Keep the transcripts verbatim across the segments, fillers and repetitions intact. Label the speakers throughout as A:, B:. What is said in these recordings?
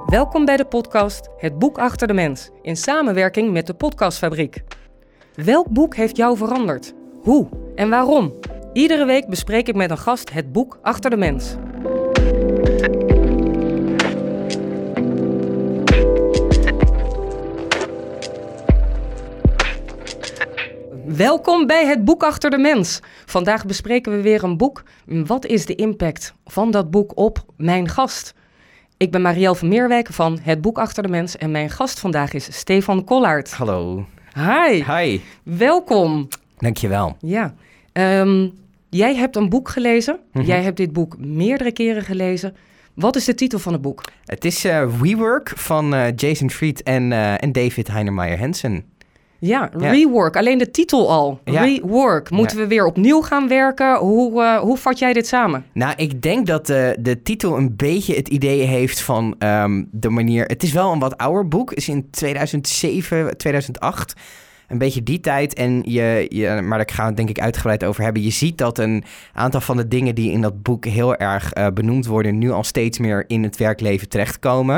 A: Welkom bij de podcast Het Boek Achter de Mens, in samenwerking met de Podcastfabriek. Welk boek heeft jou veranderd? Hoe en waarom? Iedere week bespreek ik met een gast het boek achter de mens. Welkom bij het boek achter de mens. Vandaag bespreken we weer een boek. Wat is de impact van dat boek op mijn gast? Ik ben Marielle van Meerwijk van Het Boek Achter de Mens en mijn gast vandaag is Stefan Kollaert.
B: Hallo.
A: Hi.
B: Hi.
A: Welkom.
B: Dankjewel.
A: Ja. Um, jij hebt een boek gelezen.
B: Mm-hmm.
A: Jij hebt dit boek meerdere keren gelezen. Wat is de titel van het boek?
B: Het is uh, WeWork van uh, Jason Fried en, uh, en David Heinemeier Hansson.
A: Ja,
B: ja,
A: rework. Alleen de titel al. Ja. Rework. Moeten ja. we weer opnieuw gaan werken? Hoe, uh, hoe vat jij dit samen?
B: Nou, ik denk dat de, de titel een beetje het idee heeft van um, de manier... Het is wel een wat ouder boek. Het is in tweeduizend zeven, tweeduizend acht... Een beetje die tijd. En je, je, maar daar gaan we het denk ik uitgebreid over hebben. Je ziet dat een aantal van de dingen die in dat boek heel erg uh, benoemd worden... nu al steeds meer in het werkleven terechtkomen.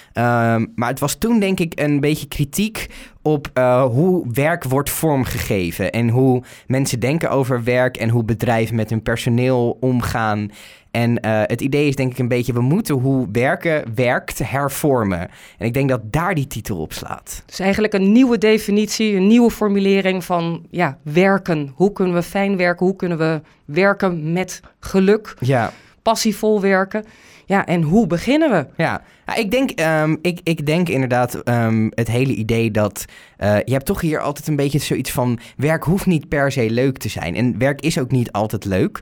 B: Um, maar het was toen denk ik een beetje kritiek op uh, hoe werk wordt vormgegeven. En hoe mensen denken over werk en hoe bedrijven met hun personeel omgaan. En uh, het idee is denk ik een beetje, we moeten hoe werken werkt hervormen. En ik denk dat daar die titel op slaat.
A: Dus eigenlijk een nieuwe definitie, een nieuwe formulering van ja, werken. Hoe kunnen we fijn werken? Hoe kunnen we werken met geluk?
B: Ja.
A: Passievol werken. Ja, en hoe beginnen we?
B: Ja, ik denk, um, ik, ik denk inderdaad um, het hele idee dat... Uh, je hebt toch hier altijd een beetje zoiets van... werk hoeft niet per se leuk te zijn. En werk is ook niet altijd leuk.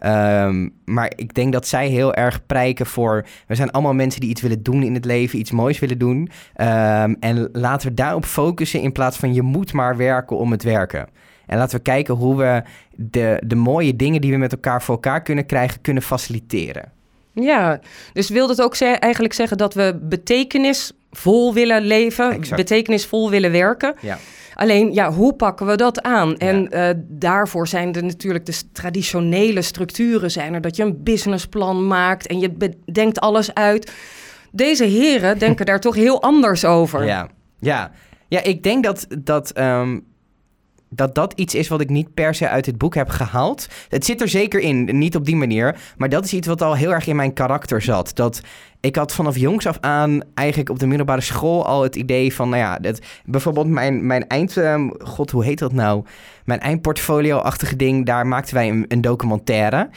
B: Um, maar ik denk dat zij heel erg prijken voor... we zijn allemaal mensen die iets willen doen in het leven... iets moois willen doen. Um, en laten we daarop focussen... in plaats van je moet maar werken om het werken. En laten we kijken hoe we de, de mooie dingen... die we met elkaar voor elkaar kunnen krijgen... kunnen faciliteren.
A: Ja, dus wil dat ook ze- eigenlijk zeggen dat we betekenisvol willen leven,
B: exact.
A: betekenisvol willen werken.
B: Ja.
A: Alleen, ja, hoe pakken we dat aan?
B: Ja.
A: En uh, daarvoor zijn er natuurlijk de traditionele structuren zijn er, dat je een businessplan maakt en je bedenkt alles uit. Deze heren denken daar toch heel anders over.
B: Ja, ja. ja ik denk dat dat... Um... dat dat iets is wat ik niet per se uit het boek heb gehaald. Het zit er zeker in, niet op die manier. Maar dat is iets wat al heel erg in mijn karakter zat. Dat ik had vanaf jongs af aan eigenlijk op de middelbare school al het idee van... nou ja, dat, bijvoorbeeld mijn, mijn eind... Um, God, hoe heet dat nou? Mijn eindportfolio-achtige ding, daar maakten wij een, een documentaire...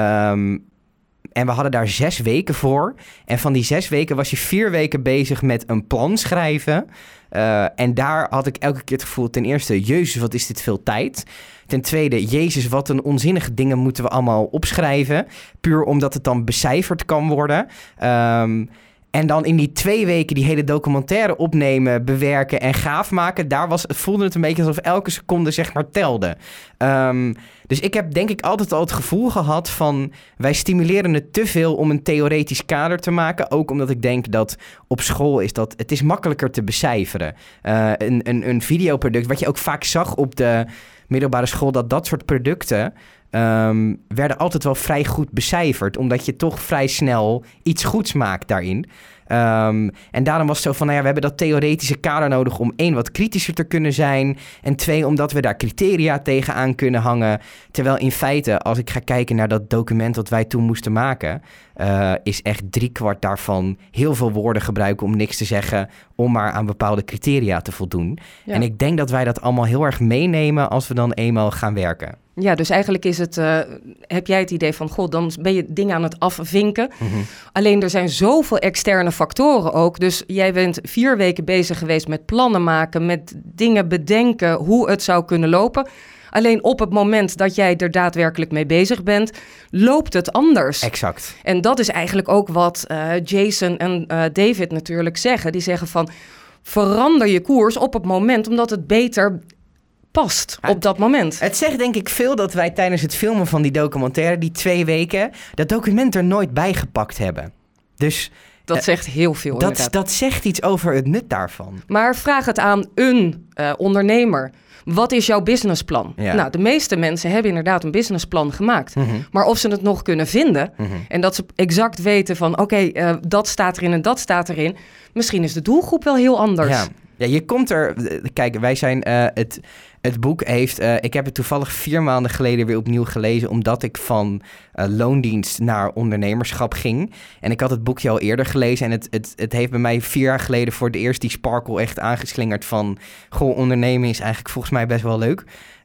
B: Um, En we hadden daar zes weken voor. En van die zes weken was je vier weken bezig met een plan schrijven. Uh, en daar had ik elke keer het gevoel... ten eerste, jezus, wat is dit veel tijd. Ten tweede, jezus, wat een onzinnige dingen moeten we allemaal opschrijven. Puur omdat het dan becijferd kan worden. Um, En dan in die twee weken die hele documentaire opnemen, bewerken en gaaf maken... daar was, voelde het een beetje alsof elke seconde zeg maar telde. Um, dus ik heb denk ik altijd al het gevoel gehad van... wij stimuleren het te veel om een theoretisch kader te maken. Ook omdat ik denk dat op school is dat... het is makkelijker te becijferen. Uh, een, een, een videoproduct, wat je ook vaak zag op de middelbare school... dat dat soort producten... Um, werden altijd wel vrij goed becijferd... omdat je toch vrij snel iets goeds maakt daarin. Um, en daarom was het zo van... nou ja, we hebben dat theoretische kader nodig... om één, wat kritischer te kunnen zijn... en twee, omdat we daar criteria tegenaan kunnen hangen. Terwijl in feite, als ik ga kijken naar dat document... wat wij toen moesten maken... Uh, is echt driekwart daarvan heel veel woorden gebruiken... om niks te zeggen, om maar aan bepaalde criteria te voldoen. Ja. En ik denk dat wij dat allemaal heel erg meenemen... als we dan eenmaal gaan werken.
A: Ja, dus eigenlijk is het, uh, heb jij het idee van... god, dan ben je dingen aan het afvinken. Mm-hmm. Alleen er zijn zoveel externe factoren ook. Dus jij bent vier weken bezig geweest met plannen maken... met dingen bedenken hoe het zou kunnen lopen... Alleen op het moment dat jij er daadwerkelijk mee bezig bent, loopt het anders.
B: Exact.
A: En dat is eigenlijk ook wat uh, Jason en uh, David natuurlijk zeggen. Die zeggen van, verander je koers op het moment, omdat het beter past op het, dat moment.
B: Het zegt denk ik veel dat wij tijdens het filmen van die documentaire, die twee weken, dat document er nooit bij gepakt hebben. Dus
A: Dat
B: uh,
A: zegt heel veel
B: dat, dat zegt iets over het nut daarvan.
A: Maar vraag het aan een uh, ondernemer. Wat is jouw businessplan? Ja. Nou, de meeste mensen hebben inderdaad een businessplan gemaakt. Mm-hmm. Maar of ze het nog kunnen vinden... Mm-hmm. en dat ze exact weten van... oké, okay, uh, dat staat erin en dat staat erin... misschien is de doelgroep wel heel anders.
B: Ja, ja je komt er... Kijk, wij zijn... Uh, het, het boek heeft... Uh, ik heb het toevallig vier maanden geleden weer opnieuw gelezen... omdat ik van uh, loondienst naar ondernemerschap ging. En ik had het boekje al eerder gelezen... en het, het, het heeft bij mij vier jaar geleden voor het eerst die sparkle echt aangeslingerd van... goh, ondernemen is eigenlijk volgens mij best wel leuk...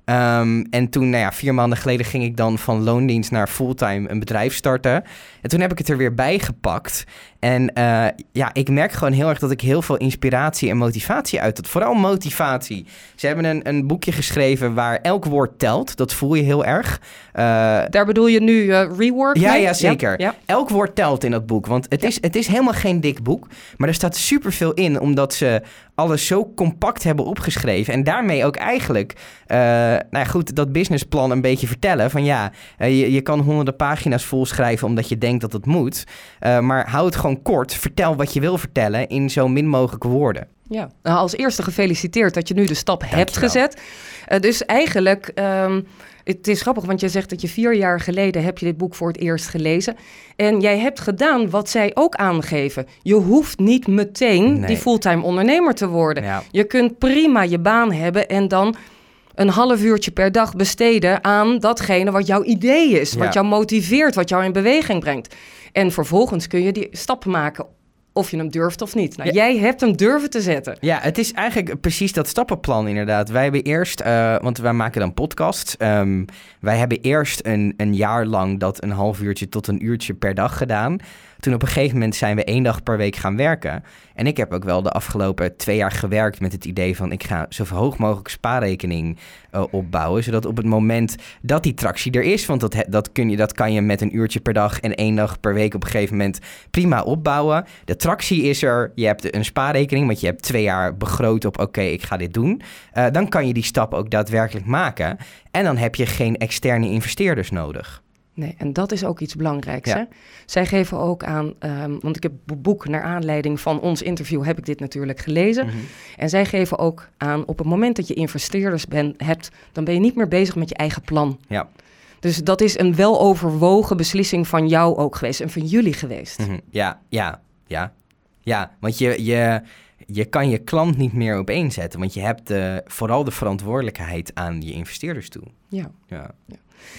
B: Um, en toen, nou ja, vier maanden geleden ging ik dan van loondienst naar fulltime een bedrijf starten. En toen heb ik het er weer bij gepakt. En uh, ja, ik merk gewoon heel erg dat ik heel veel inspiratie en motivatie uit had. Vooral motivatie. Ze hebben een, een boekje geschreven waar elk woord telt. Dat voel je heel erg. Uh,
A: Daar bedoel je nu uh, rework
B: ja,
A: mee?
B: Ja, zeker.
A: Ja, ja.
B: Elk woord telt in dat boek. Want het, ja. is, het is helemaal geen dik boek. Maar er staat superveel in, omdat ze alles zo compact hebben opgeschreven. En daarmee ook eigenlijk, uh, nou ja, goed, dat businessplan een beetje vertellen. Van ja, uh, je, je kan honderden pagina's volschrijven omdat je denkt dat het moet. Uh, maar hou het gewoon kort. Vertel wat je wil vertellen in zo min mogelijke woorden.
A: Ja, nou, als eerste gefeliciteerd dat je nu de stap Dank hebt gezet. Uh, dus eigenlijk, um, het is grappig, want je zegt dat je vier jaar geleden heb je dit boek voor het eerst gelezen. En jij hebt gedaan wat zij ook aangeven. Je hoeft niet meteen nee. die fulltime ondernemer te worden. Ja. Je kunt prima je baan hebben en dan een half uurtje per dag besteden aan datgene wat jouw idee is. Ja. Wat jou motiveert, wat jou in beweging brengt. En vervolgens kun je die stap maken of je hem durft of niet. Nou, ja. Jij hebt hem durven te zetten.
B: Ja, het is eigenlijk precies dat stappenplan inderdaad. Wij hebben eerst, uh, want wij maken dan podcasts. Um, wij hebben eerst een, een jaar lang dat een half uurtje tot een uurtje per dag gedaan. Toen op een gegeven moment zijn we één dag per week gaan werken. En ik heb ook wel de afgelopen twee jaar gewerkt met het idee van... ik ga zo hoog mogelijk spaarrekening uh, opbouwen. Zodat op het moment dat die tractie er is... want dat, dat, kun je, dat kan je met een uurtje per dag en één dag per week op een gegeven moment prima opbouwen. De tractie is er, je hebt een spaarrekening... want je hebt twee jaar begroot op oké, okay, ik ga dit doen. Uh, dan kan je die stap ook daadwerkelijk maken. En dan heb je geen externe investeerders nodig.
A: Nee, en dat is ook iets belangrijks.
B: Ja.
A: Hè? Zij geven ook aan, um, want ik heb het boek naar aanleiding van ons interview heb ik dit natuurlijk gelezen. Mm-hmm. En zij geven ook aan, op het moment dat je investeerders ben, hebt, dan ben je niet meer bezig met je eigen plan.
B: Ja.
A: Dus dat is een weloverwogen beslissing van jou ook geweest en van jullie geweest.
B: Mm-hmm. Ja, ja, ja. Ja, want je, je, je kan je klant niet meer opeenzetten, want je hebt de, vooral de verantwoordelijkheid aan je investeerders toe.
A: Ja.
B: Ja.
A: ja.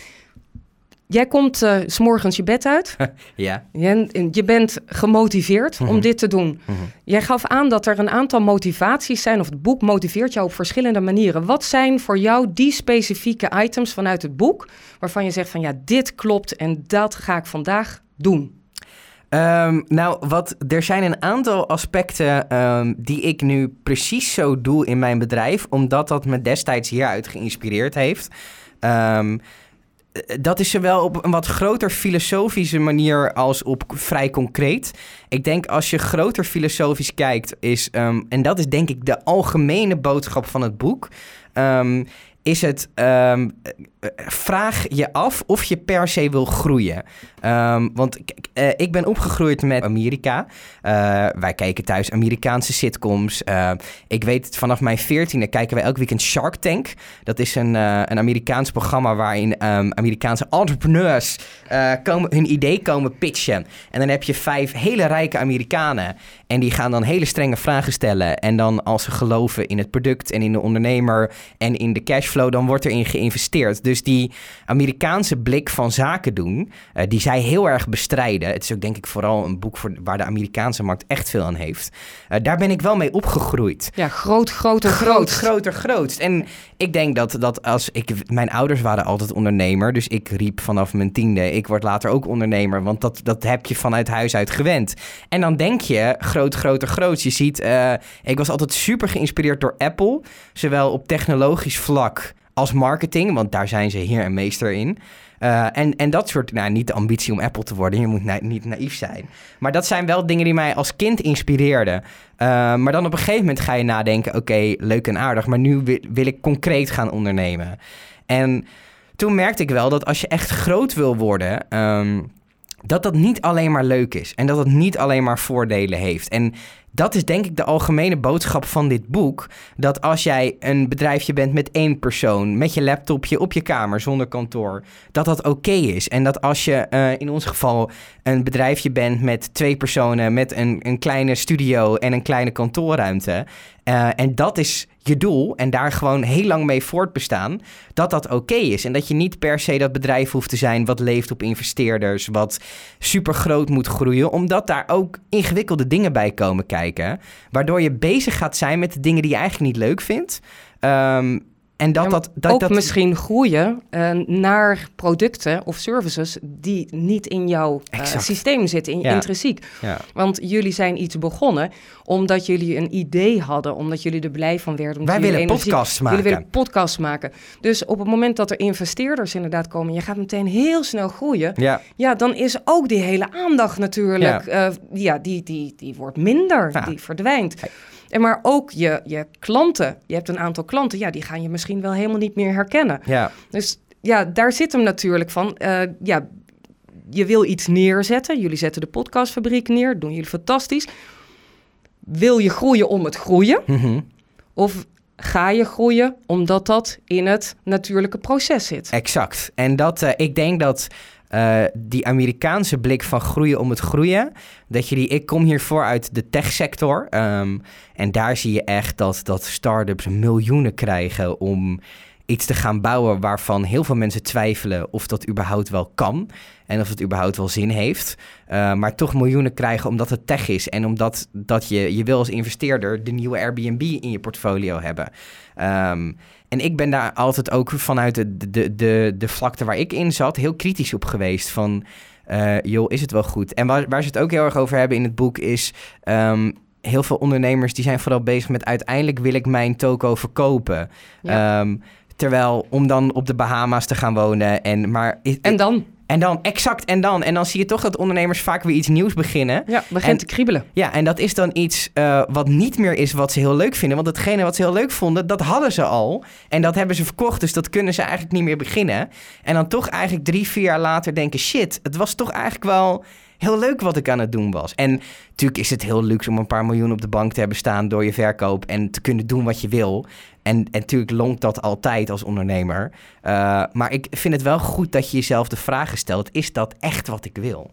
A: Jij komt uh, 's morgens je bed uit.
B: Ja.
A: Je, je bent gemotiveerd mm-hmm. om dit te doen. Mm-hmm. Jij gaf aan dat er een aantal motivaties zijn... of het boek motiveert jou op verschillende manieren. Wat zijn voor jou die specifieke items vanuit het boek... waarvan je zegt van ja, dit klopt en dat ga ik vandaag doen?
B: Um, nou, wat, er zijn een aantal aspecten um, die ik nu precies zo doe in mijn bedrijf... omdat dat me destijds hieruit geïnspireerd heeft... Um, Dat is zowel op een wat groter filosofische manier als op vrij concreet. Ik denk als je groter filosofisch kijkt, is, um, en dat is denk ik de algemene boodschap van het boek, um, is het, um, vraag je af of je per se wil groeien. Um, want uh, ik ben opgegroeid met Amerika. Uh, wij kijken thuis Amerikaanse sitcoms. Uh, ik weet het, vanaf mijn veertiende kijken wij elk weekend Shark Tank. Dat is een, uh, een Amerikaans programma waarin um, Amerikaanse entrepreneurs uh, komen, hun idee komen pitchen. En dan heb je vijf hele rijke Amerikanen. En die gaan dan hele strenge vragen stellen. En dan als ze geloven in het product en in de ondernemer en in de cashflow, dan wordt erin geïnvesteerd. Dus die Amerikaanse blik van zaken doen, uh, die zij heel erg bestrijden. Het is ook denk ik vooral een boek voor, waar de Amerikaanse markt echt veel aan heeft. Uh, daar ben ik wel mee opgegroeid.
A: Ja, groot, groter,
B: groot.
A: groot.
B: Groter, grootst. En ik denk dat, dat als ik... Mijn ouders waren altijd ondernemer, dus ik riep vanaf mijn tiende, ik word later ook ondernemer, want dat, dat heb je vanuit huis uit gewend. En dan denk je, groot, groter, groot. Je ziet, uh, ik was altijd super geïnspireerd door Apple, zowel op technologisch vlak als marketing, want daar zijn ze heer en meester in. Uh, en, en dat soort, nou, niet de ambitie om Apple te worden, je moet na, niet naïef zijn. Maar dat zijn wel dingen die mij als kind inspireerden. Uh, maar dan op een gegeven moment ga je nadenken, oké, okay, leuk en aardig, maar nu wil, wil ik concreet gaan ondernemen. En toen merkte ik wel dat als je echt groot wil worden, Um, dat dat niet alleen maar leuk is. En dat het niet alleen maar voordelen heeft. En dat is denk ik de algemene boodschap van dit boek. Dat als jij een bedrijfje bent met één persoon, met je laptopje op je kamer zonder kantoor, dat dat oké okay is. En dat als je uh, in ons geval een bedrijfje bent met twee personen, met een, een kleine studio en een kleine kantoorruimte. Uh, en dat is je doel en daar gewoon heel lang mee voortbestaan, dat dat oké okay is. En dat je niet per se dat bedrijf hoeft te zijn wat leeft op investeerders, wat super groot moet groeien, omdat daar ook ingewikkelde dingen bij komen kijken, waardoor je bezig gaat zijn met de dingen die je eigenlijk niet leuk vindt. Um, En dat, ja, dat, dat,
A: ook
B: dat...
A: misschien groeien uh, naar producten of services die niet in jouw uh, systeem zitten, in, ja. intrinsiek. Ja. Want jullie zijn iets begonnen omdat jullie een idee hadden, omdat jullie er blij van werden.
B: Wij willen
A: energie...
B: podcasts maken.
A: Jullie willen podcasts maken. Dus op het moment dat er investeerders inderdaad komen, je gaat meteen heel snel groeien. Ja, ja dan is ook die hele aandacht natuurlijk, ja, uh, ja die, die, die wordt minder, ja. die verdwijnt. Hey. En maar ook je, je klanten. Je hebt een aantal klanten, ja, die gaan je misschien wel helemaal niet meer herkennen. Ja. Dus ja, daar zit hem natuurlijk van. Uh, ja, je wil iets neerzetten. Jullie zetten de podcastfabriek neer. Doen jullie fantastisch. Wil je groeien om het groeien? Mm-hmm. Of ga je groeien omdat dat in het natuurlijke proces zit?
B: Exact. En dat, uh, ik denk dat Uh, die Amerikaanse blik van groeien om het groeien, dat je die, ik kom hiervoor uit de techsector. Um, en daar zie je echt dat, dat start-ups miljoenen krijgen om iets te gaan bouwen waarvan heel veel mensen twijfelen of dat überhaupt wel kan en of het überhaupt wel zin heeft. Uh, maar toch miljoenen krijgen omdat het tech is en omdat dat je, je wil als investeerder de nieuwe Airbnb in je portfolio hebben. Um, En ik ben daar altijd ook vanuit de, de, de, de vlakte waar ik in zat heel kritisch op geweest van, uh, joh, is het wel goed? En waar, waar ze het ook heel erg over hebben in het boek is, um, heel veel ondernemers die zijn vooral bezig met uiteindelijk wil ik mijn toko verkopen. Ja. Um, terwijl om dan op de Bahama's te gaan wonen en maar...
A: En dan?
B: En dan, exact, en dan. En dan zie je toch dat ondernemers vaak weer iets nieuws beginnen.
A: Ja, begint en, te kriebelen.
B: Ja, en dat is dan iets uh, wat niet meer is wat ze heel leuk vinden. Want hetgene wat ze heel leuk vonden, dat hadden ze al. En dat hebben ze verkocht, dus dat kunnen ze eigenlijk niet meer beginnen. En dan toch eigenlijk drie, vier jaar later denken, shit, het was toch eigenlijk wel heel leuk wat ik aan het doen was. En natuurlijk is het heel luxe om een paar miljoen op de bank te hebben staan door je verkoop en te kunnen doen wat je wil. En, en natuurlijk lonkt dat altijd als ondernemer. Uh, maar ik vind het wel goed dat je jezelf de vragen stelt, is dat echt wat ik wil?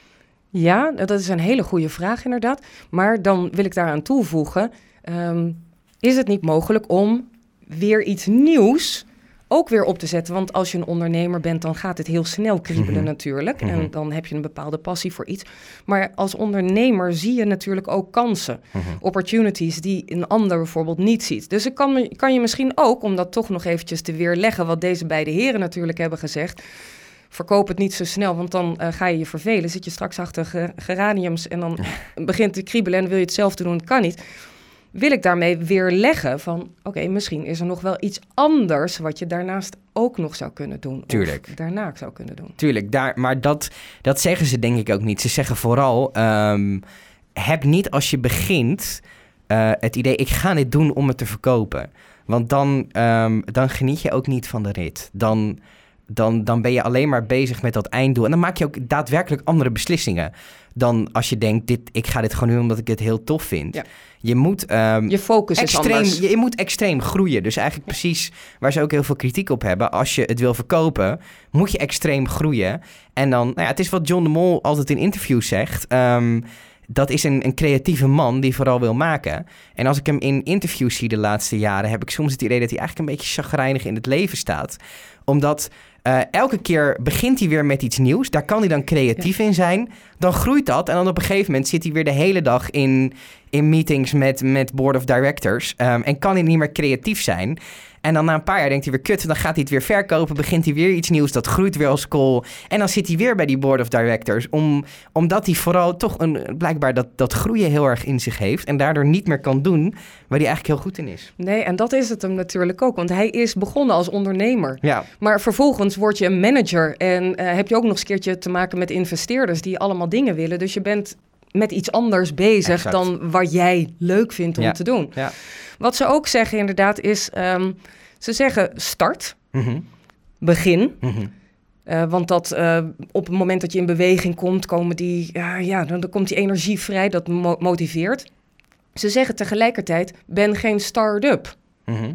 A: Ja, dat is een hele goede vraag inderdaad. Maar dan wil ik daaraan toevoegen, um, is het niet mogelijk om weer iets nieuws ook weer op te zetten? Want als je een ondernemer bent, dan gaat het heel snel kriebelen mm-hmm. natuurlijk. Mm-hmm. En dan heb je een bepaalde passie voor iets. Maar als ondernemer zie je natuurlijk ook kansen. Mm-hmm. Opportunities die een ander bijvoorbeeld niet ziet. Dus ik kan, kan je misschien ook, om dat toch nog eventjes te weerleggen, wat deze beide heren natuurlijk hebben gezegd, verkoop het niet zo snel, want dan uh, ga je je vervelen. Zit je straks achter ge- geraniums en dan begint het te kriebelen en dan wil je het zelf te doen, dat kan niet. Wil ik daarmee weerleggen van, oké, okay, misschien is er nog wel iets anders wat je daarnaast ook nog zou kunnen doen.
B: Tuurlijk.
A: Of daarna zou kunnen doen.
B: Tuurlijk, daar, maar dat, dat zeggen ze denk ik ook niet. Ze zeggen vooral, um, heb niet als je begint uh, het idee, ik ga dit doen om het te verkopen. Want dan, um, dan geniet je ook niet van de rit. Dan, dan, dan ben je alleen maar bezig met dat einddoel. En dan maak je ook daadwerkelijk andere beslissingen dan als je denkt, dit, ik ga dit gewoon doen omdat ik het heel tof vind. Ja. Je moet um,
A: je focus
B: extreem,
A: is anders.
B: Je, je moet extreem groeien. Dus eigenlijk ja. precies waar ze ook heel veel kritiek op hebben. Als je het wil verkopen, moet je extreem groeien. En dan, nou ja, het is wat John de Mol altijd in interviews zegt. Um, dat is een, een creatieve man die vooral wil maken. En als ik hem in interviews zie de laatste jaren, heb ik soms het idee dat hij eigenlijk een beetje chagrijnig in het leven staat. Omdat Uh, elke keer begint hij weer met iets nieuws. Daar kan hij dan creatief ja. in zijn. Dan groeit dat. En dan op een gegeven moment zit hij weer de hele dag in, in meetings met, met board of directors. Um, en kan hij niet meer creatief zijn. En dan na een paar jaar denkt hij weer, kut, dan gaat hij het weer verkopen. Begint hij weer iets nieuws, dat groeit weer als kool. En dan zit hij weer bij die board of directors. Om, omdat hij vooral toch een, blijkbaar dat, dat groeien heel erg in zich heeft. En daardoor niet meer kan doen waar hij eigenlijk heel goed in is.
A: Nee, en dat is het hem natuurlijk ook. Want hij is begonnen als ondernemer.
B: Ja.
A: Maar vervolgens word je een manager. En uh, heb je ook nog eens een keertje te maken met investeerders die allemaal dingen willen. Dus je bent met iets anders bezig exact. Dan wat jij leuk vindt om
B: ja.
A: te doen.
B: Ja.
A: Wat ze ook zeggen inderdaad is, um, ze zeggen start,
B: mm-hmm.
A: begin,
B: mm-hmm.
A: Uh, want dat uh, op het moment dat je in beweging komt, komen die, uh, ja, dan, dan komt die energie vrij, dat mo- motiveert. Ze zeggen tegelijkertijd, ben geen start-up,
B: Mm-hmm.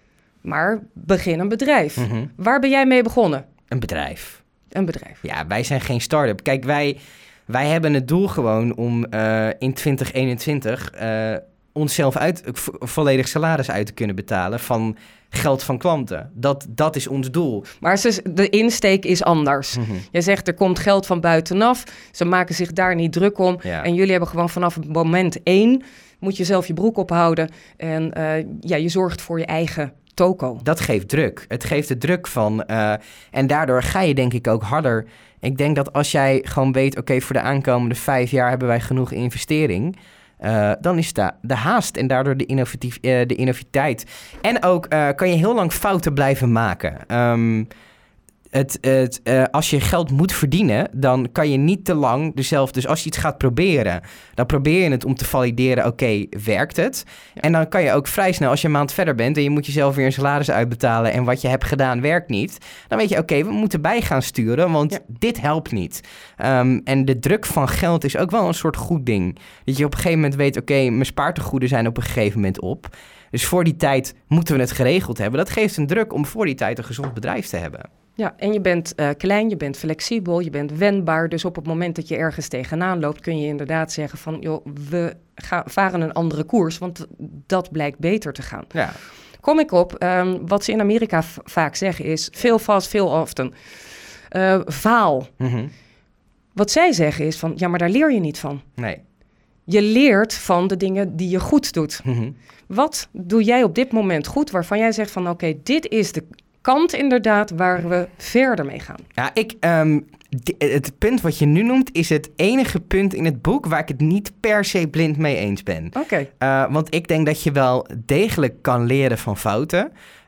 A: maar begin een bedrijf.
B: Mm-hmm.
A: Waar ben jij mee begonnen?
B: Een bedrijf.
A: Een bedrijf.
B: Ja, wij zijn geen start-up. Kijk, wij, wij hebben het doel gewoon om uh, in twintig eenentwintig uh, onszelf uit, vo- volledig salaris uit te kunnen betalen van geld van klanten. Dat, dat is ons doel.
A: Maar ze, de insteek is anders.
B: Mm-hmm.
A: Je zegt, er komt geld van buitenaf. Ze maken zich daar niet druk om.
B: Ja.
A: En jullie hebben gewoon vanaf het moment één... moet je zelf je broek ophouden. En uh, ja, je zorgt voor je eigen toko.
B: Dat geeft druk. Het geeft de druk van... Uh, en daardoor ga je denk ik ook harder. Ik denk dat als jij gewoon weet... oké, okay, voor de aankomende vijf jaar hebben wij genoeg investering... Uh, dan is de, de haast en daardoor de, innovatief, uh, de innovativiteit. En ook uh, kan je heel lang fouten blijven maken. Um, het, het, uh, als je geld moet verdienen, dan kan je niet te lang dezelfde... Dus als je iets gaat proberen, dan probeer je het om te valideren... oké, okay, werkt het? Ja. En dan kan je ook vrij snel, als je een maand verder bent... en je moet jezelf weer een salaris uitbetalen... en wat je hebt gedaan werkt niet... dan weet je, oké, okay, we moeten bij gaan sturen... want ja. dit helpt niet. Um, en de druk van geld is ook wel een soort goed ding. Dat je op een gegeven moment weet... oké, okay, mijn spaartegoeden zijn op een gegeven moment op... Dus voor die tijd moeten we het geregeld hebben. Dat geeft een druk om voor die tijd een gezond bedrijf te hebben.
A: Ja, en je bent uh, klein, je bent flexibel, je bent wendbaar. Dus op het moment dat je ergens tegenaan loopt... kun je inderdaad zeggen van... joh, we gaan, varen een andere koers, want dat blijkt beter te gaan.
B: Ja.
A: Kom ik op, um, wat ze in Amerika v- vaak zeggen is... veel fast, veel often. Uh, faal.
B: Mm-hmm.
A: Wat zij zeggen is van... ja, maar daar leer je niet van.
B: Nee.
A: Je leert van de dingen die je goed doet.
B: Mm-hmm.
A: Wat doe jij op dit moment goed... waarvan jij zegt van... oké, okay, dit is de... kant inderdaad waar we verder mee gaan.
B: Ja, ik, um, d- het punt wat je nu noemt is het enige punt in het boek waar ik het niet per se blind mee eens ben.
A: Oké. Okay.
B: Uh, want ik denk dat je wel degelijk kan leren van fouten.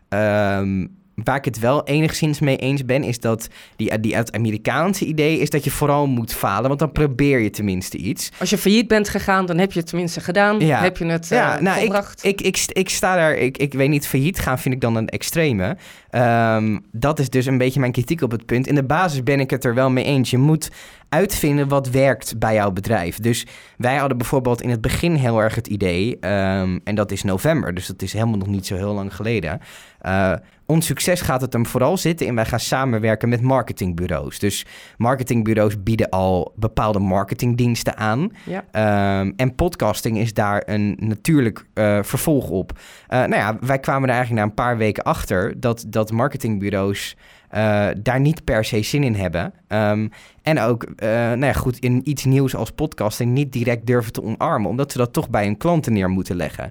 B: Um, waar ik het wel enigszins mee eens ben, is dat die, die het Amerikaanse idee is dat je vooral moet falen, want dan probeer je tenminste iets.
A: Als je failliet bent gegaan, dan heb je het tenminste gedaan. Ja. Heb je het uh, ja, nou, volbracht.
B: Ik, ik, ik, ik sta daar, ik, ik weet niet, failliet gaan vind ik dan een extreme. Um, dat is dus een beetje mijn kritiek op het punt. In de basis ben ik het er wel mee eens. Je moet uitvinden wat werkt bij jouw bedrijf. Dus wij hadden bijvoorbeeld in het begin heel erg het idee, um, en dat is november, dus dat is helemaal nog niet zo heel lang geleden. Uh, ons succes gaat het hem vooral zitten in wij gaan samenwerken met marketingbureaus. Dus marketingbureaus bieden al bepaalde marketingdiensten aan. Ja. Um, en podcasting is daar een natuurlijk uh, vervolg op. Uh, nou ja, wij kwamen er eigenlijk na een paar weken achter dat, dat marketingbureaus uh, daar niet per se zin in hebben. Um, en ook, uh, nou ja, goed, in iets nieuws als podcasting niet direct durven te omarmen, omdat ze dat toch bij hun klanten neer moeten leggen.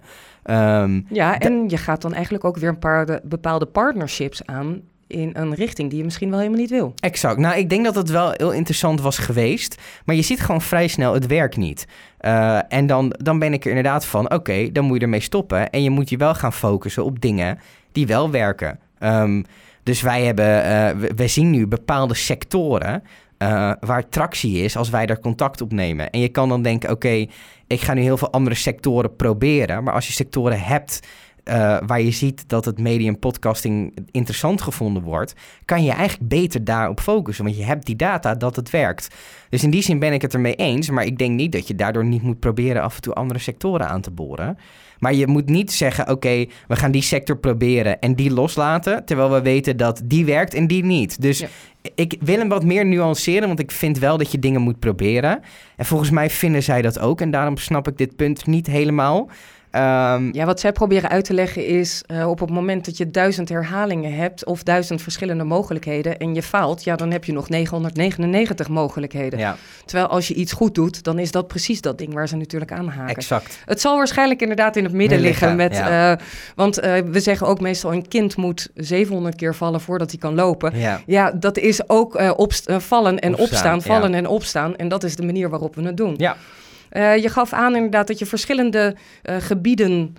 B: Um,
A: ja, en de... je gaat dan eigenlijk ook weer een paar de, bepaalde partnerships aan in een richting die je misschien wel helemaal niet wil.
B: Exact. Nou, ik denk dat het wel heel interessant was geweest, maar je ziet gewoon vrij snel het werk niet. Uh, en dan, dan ben ik er inderdaad van, oké, okay, dan moet je ermee stoppen en je moet je wel gaan focussen op dingen die wel werken. Um, dus wij hebben, uh, we, we zien nu bepaalde sectoren Uh, waar tractie is als wij daar contact op nemen. En je kan dan denken, oké, okay, ik ga nu heel veel andere sectoren proberen. Maar als je sectoren hebt uh, waar je ziet dat het medium podcasting interessant gevonden wordt, kan je eigenlijk beter daarop focussen. Want je hebt die data dat het werkt. Dus in die zin ben ik het ermee eens. Maar ik denk niet dat je daardoor niet moet proberen af en toe andere sectoren aan te boren. Maar je moet niet zeggen, oké, okay, we gaan die sector proberen en die loslaten, terwijl we weten dat die werkt en die niet. Dus ja. Ik wil hem wat meer nuanceren, want ik vind wel dat je dingen moet proberen. En volgens mij vinden zij dat ook en daarom snap ik dit punt niet helemaal.
A: Um, ja, wat zij proberen uit te leggen is, uh, op het moment dat je duizend herhalingen hebt of duizend verschillende mogelijkheden en je faalt, ja, dan heb je nog negenhonderdnegenennegentig mogelijkheden. Ja. Terwijl als je iets goed doet, dan is dat precies dat ding waar ze natuurlijk aan haken.
B: Exact.
A: Het zal waarschijnlijk inderdaad in het midden liggen. liggen met, ja. uh, want uh, we zeggen ook meestal, een kind moet zevenhonderd keer vallen voordat hij kan lopen. Ja, ja dat is ook uh, opst- uh, vallen en opstaan, opstaan vallen ja. en opstaan. En dat is de manier waarop we het doen. Ja. Uh, je gaf aan inderdaad dat je verschillende uh, gebieden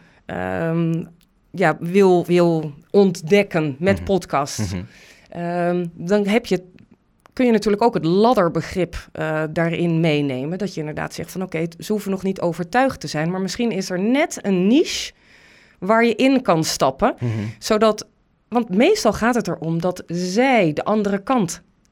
A: um, ja, wil, wil ontdekken met mm-hmm. podcasts. Mm-hmm. Um, dan heb je, kun je natuurlijk ook het ladderbegrip uh, daarin meenemen. Dat je inderdaad zegt van oké, okay, ze hoeven nog niet overtuigd te zijn. Maar misschien is er net een niche waar je in kan stappen. Mm-hmm. Zodat, want meestal gaat het erom dat zij de andere kant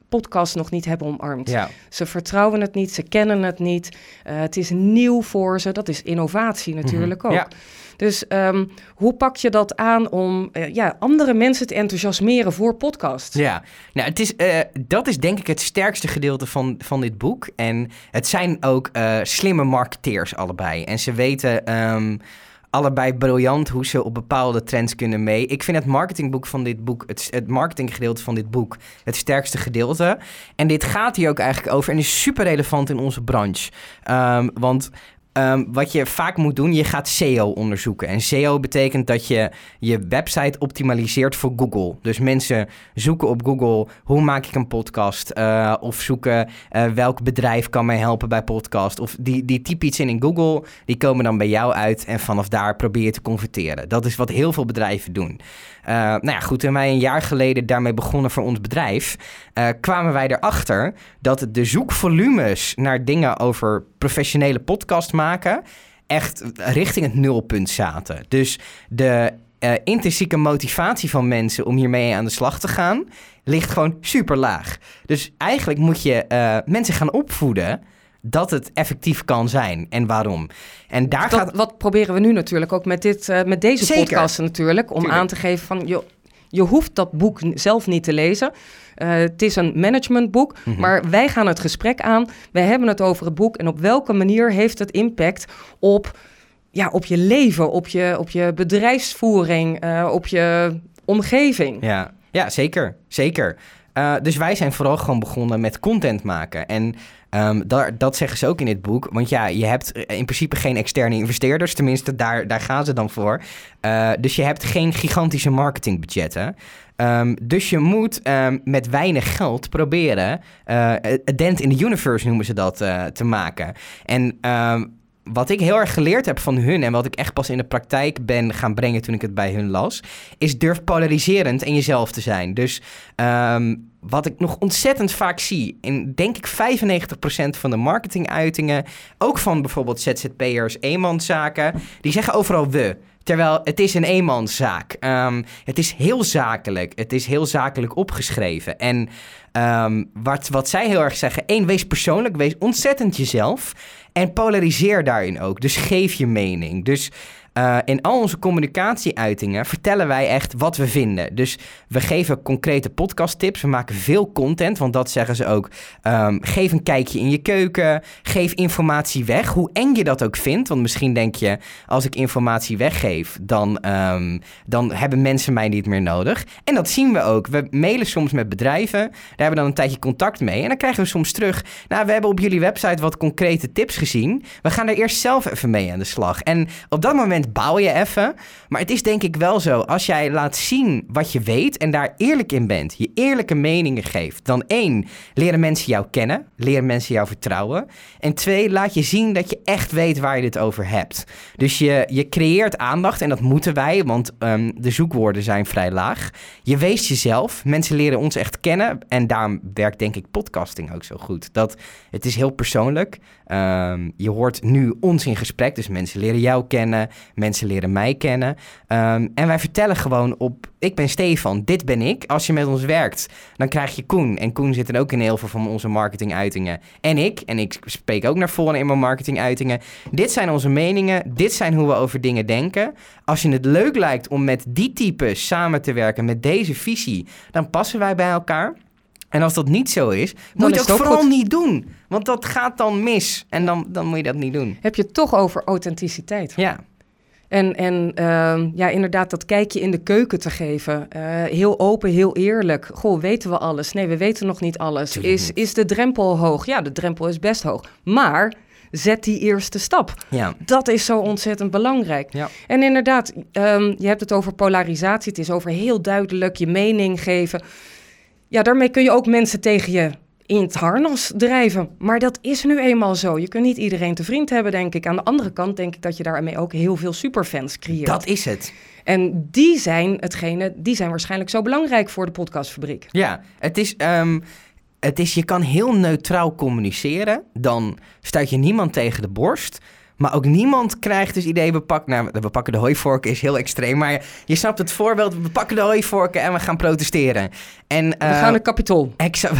A: podcast nog niet hebben omarmd.
B: Ja.
A: Ze vertrouwen het niet, ze kennen het niet. Uh, het is nieuw voor ze. Dat is innovatie natuurlijk mm-hmm. ook. Ja. Dus um, hoe pak je dat aan om uh, ja, andere mensen te enthousiasmeren voor podcast?
B: Ja, nou, het is, uh, dat is denk ik het sterkste gedeelte van, van dit boek. En het zijn ook uh, slimme marketeers allebei. En ze weten um, allebei briljant hoe ze op bepaalde trends kunnen mee. Ik vind het marketingboek van dit boek, het, het marketinggedeelte van dit boek, het sterkste gedeelte. En dit gaat hier ook eigenlijk over en is super relevant in onze branche. Um, want... Um, wat je vaak moet doen, je gaat S E O onderzoeken. En S E O betekent dat je je website optimaliseert voor Google. Dus mensen zoeken op Google, hoe maak ik een podcast? Uh, of zoeken uh, welk bedrijf kan mij helpen bij podcast? Of die, die typen iets in in Google, die komen dan bij jou uit en vanaf daar probeer je te converteren. Dat is wat heel veel bedrijven doen. Uh, nou ja, goed, toen wij een jaar geleden daarmee begonnen voor ons bedrijf, uh, kwamen wij erachter dat de zoekvolumes naar dingen over professionele podcast maken echt richting het nulpunt zaten. Dus de uh, intrinsieke motivatie van mensen om hiermee aan de slag te gaan ligt gewoon super laag. Dus eigenlijk moet je uh, mensen gaan opvoeden dat het effectief kan zijn en waarom. En daar
A: dat,
B: gaat...
A: Wat proberen we nu natuurlijk ook met, dit, uh, met deze
B: Zeker.
A: podcast natuurlijk, om
B: Tuurlijk.
A: aan te geven van, joh, je hoeft dat boek zelf niet te lezen. Uh, het is een managementboek, mm-hmm. maar wij gaan het gesprek aan. Wij hebben het over het boek en op welke manier heeft het impact op, ja, op je leven, op je, op je bedrijfsvoering, uh, op je omgeving.
B: Ja, ja zeker. zeker. Uh, dus wij zijn vooral gewoon begonnen met content maken. En um, daar, dat zeggen ze ook in dit boek. Want ja, je hebt in principe geen externe investeerders. Tenminste, daar, daar gaan ze dan voor. Uh, dus je hebt geen gigantische marketingbudgetten. Um, dus je moet um, met weinig geld proberen uh, a dent in the universe noemen ze dat uh, te maken. En um, wat ik heel erg geleerd heb van hun en wat ik echt pas in de praktijk ben gaan brengen toen ik het bij hun las, is durf polariserend en jezelf te zijn. Dus um, wat ik nog ontzettend vaak zie, in denk ik vijfennegentig procent van de marketinguitingen, ook van bijvoorbeeld Z Z P'ers, eenmanszaken, die zeggen overal we. Terwijl het is een eenmanszaak. Um, het is heel zakelijk. Het is heel zakelijk opgeschreven. En um, wat, wat zij heel erg zeggen, één, wees persoonlijk, wees ontzettend jezelf. En polariseer daarin ook. Dus geef je mening. Dus uh, in al onze communicatieuitingen vertellen wij echt wat we vinden. Dus we geven concrete podcasttips. We maken veel content, want dat zeggen ze ook. Um, geef een kijkje in je keuken. Geef informatie weg, hoe eng je dat ook vindt. Want misschien denk je, als ik informatie weggeef, dan, um, dan hebben mensen mij niet meer nodig. En dat zien we ook. We mailen soms met bedrijven. Daar hebben we dan een tijdje contact mee. En dan krijgen we soms terug, nou, we hebben op jullie website wat concrete tips gezien. We gaan er eerst zelf even mee aan de slag. En op dat moment bouw je even. Maar het is denk ik wel zo, als jij laat zien wat je weet en daar eerlijk in bent, je eerlijke meningen geeft, dan één, leren mensen jou kennen, leren mensen jou vertrouwen. En twee, laat je zien dat je echt weet waar je dit over hebt. Dus je, je creëert aandacht en dat moeten wij, want um, de zoekwoorden zijn vrij laag. Je wees jezelf, mensen leren ons echt kennen en daarom werkt denk ik podcasting ook zo goed. Dat, het is heel persoonlijk. Um, je hoort nu ons in gesprek, dus mensen leren jou kennen, mensen leren mij kennen. Um, en wij vertellen gewoon op, ik ben Stefan, dit ben ik. Als je met ons werkt, dan krijg je Koen. En Koen zit er ook in heel veel van onze marketinguitingen. En ik, en ik spreek ook naar voren in mijn marketinguitingen. Dit zijn onze meningen, dit zijn hoe we over dingen denken. Als je het leuk lijkt om met die type samen te werken, met deze visie, dan passen wij bij elkaar. En als dat niet zo is, moet je het ook vooral goed. niet doen. Want dat gaat dan mis. En dan, dan moet je dat niet doen.
A: Heb je het toch over authenticiteit.
B: Ja.
A: En, en uh, ja, inderdaad dat kijkje in de keuken te geven. Uh, heel open, heel eerlijk. Goh, weten we alles? Nee, we weten nog niet alles. Is, is de drempel hoog? Ja, de drempel is best hoog. Maar zet die eerste stap.
B: Ja.
A: Dat is zo ontzettend belangrijk.
B: Ja.
A: En inderdaad, um, je hebt het over polarisatie. Het is over heel duidelijk je mening geven. Ja, daarmee kun je ook mensen tegen je in het harnas drijven. Maar dat is nu eenmaal zo. Je kunt niet iedereen te vriend hebben, denk ik. Aan de andere kant denk ik dat je daarmee ook heel veel superfans creëert.
B: Dat is het.
A: En die zijn hetgene, die zijn waarschijnlijk zo belangrijk voor de podcastfabriek.
B: Ja, het is, um, het is, je kan heel neutraal communiceren. Dan stuit je niemand tegen de borst. Maar ook niemand krijgt dus idee, we pakken, nou, we pakken de hooivorken is heel extreem. Maar je snapt het voorbeeld, we pakken de hooivorken en we gaan protesteren. En, uh,
A: we gaan naar Capitool.
B: Exact.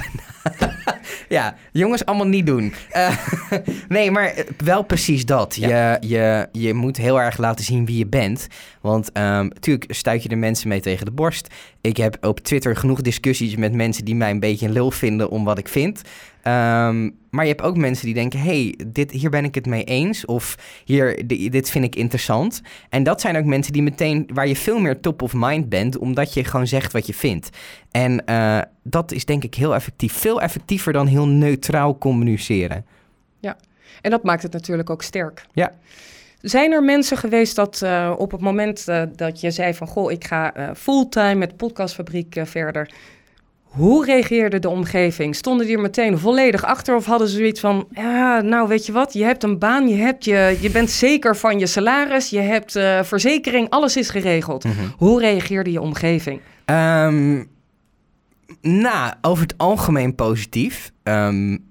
B: Ja, jongens, allemaal niet doen. Uh, nee, maar wel precies dat. Ja. Je, je, je moet heel erg laten zien wie je bent. Want um, natuurlijk stuit je de mensen mee tegen de borst. Ik heb op Twitter genoeg discussies met mensen die mij een beetje een lul vinden om wat ik vind. Um, maar je hebt ook mensen die denken, hey, dit, hier ben ik het mee eens. Of hier, dit vind ik interessant. En dat zijn ook mensen die meteen, waar je veel meer top of mind bent, omdat je gewoon zegt wat je vindt. En uh, dat is denk ik heel effectief. Veel effectiever dan heel neutraal communiceren.
A: Ja, en dat maakt het natuurlijk ook sterk.
B: Ja.
A: Zijn er mensen geweest dat uh, op het moment uh, dat je zei van, goh, ik ga uh, fulltime met Podcastfabriek uh, verder. Hoe reageerde de omgeving? Stonden die er meteen volledig achter of hadden ze zoiets van, ja, nou weet je wat, je hebt een baan, je, hebt je, je bent zeker van je salaris, je hebt uh, verzekering, alles is geregeld. Mm-hmm. Hoe reageerde je omgeving?
B: Um, nou, over het algemeen positief. Um,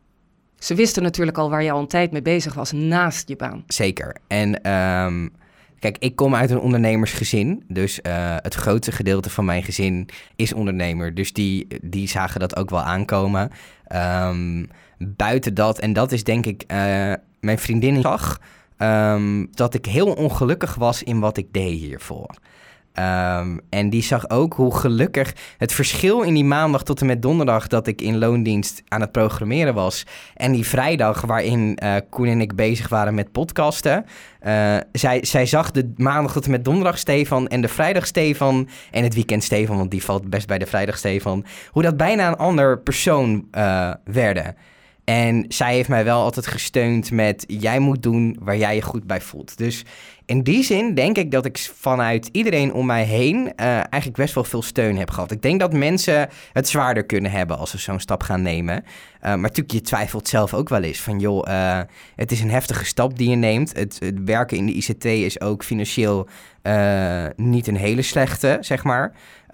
A: Ze wisten natuurlijk al waar je al een tijd mee bezig was, naast je baan.
B: Zeker. En um, kijk, ik kom uit een ondernemersgezin. Dus uh, het grootste gedeelte van mijn gezin is ondernemer. Dus die, die zagen dat ook wel aankomen. Um, buiten dat, en dat is denk ik, uh, mijn vriendin zag, um, dat ik heel ongelukkig was in wat ik deed hiervoor. Um, en die zag ook hoe gelukkig het verschil in die maandag tot en met donderdag dat ik in loondienst aan het programmeren was. En die vrijdag waarin uh, Koen en ik bezig waren met podcasten. Uh, zij, zij zag de maandag tot en met donderdag Stefan en de vrijdag Stefan en het weekend Stefan, want die valt best bij de vrijdag Stefan. Hoe dat bijna een ander persoon uh, werden. En zij heeft mij wel altijd gesteund met, jij moet doen waar jij je goed bij voelt. Dus in die zin denk ik dat ik vanuit iedereen om mij heen uh, eigenlijk best wel veel steun heb gehad. Ik denk dat mensen het zwaarder kunnen hebben als ze zo'n stap gaan nemen. Uh, maar natuurlijk, je twijfelt zelf ook wel eens van, joh, uh, het is een heftige stap die je neemt. Het, het werken in de I C T is ook financieel uh, niet een hele slechte, zeg maar.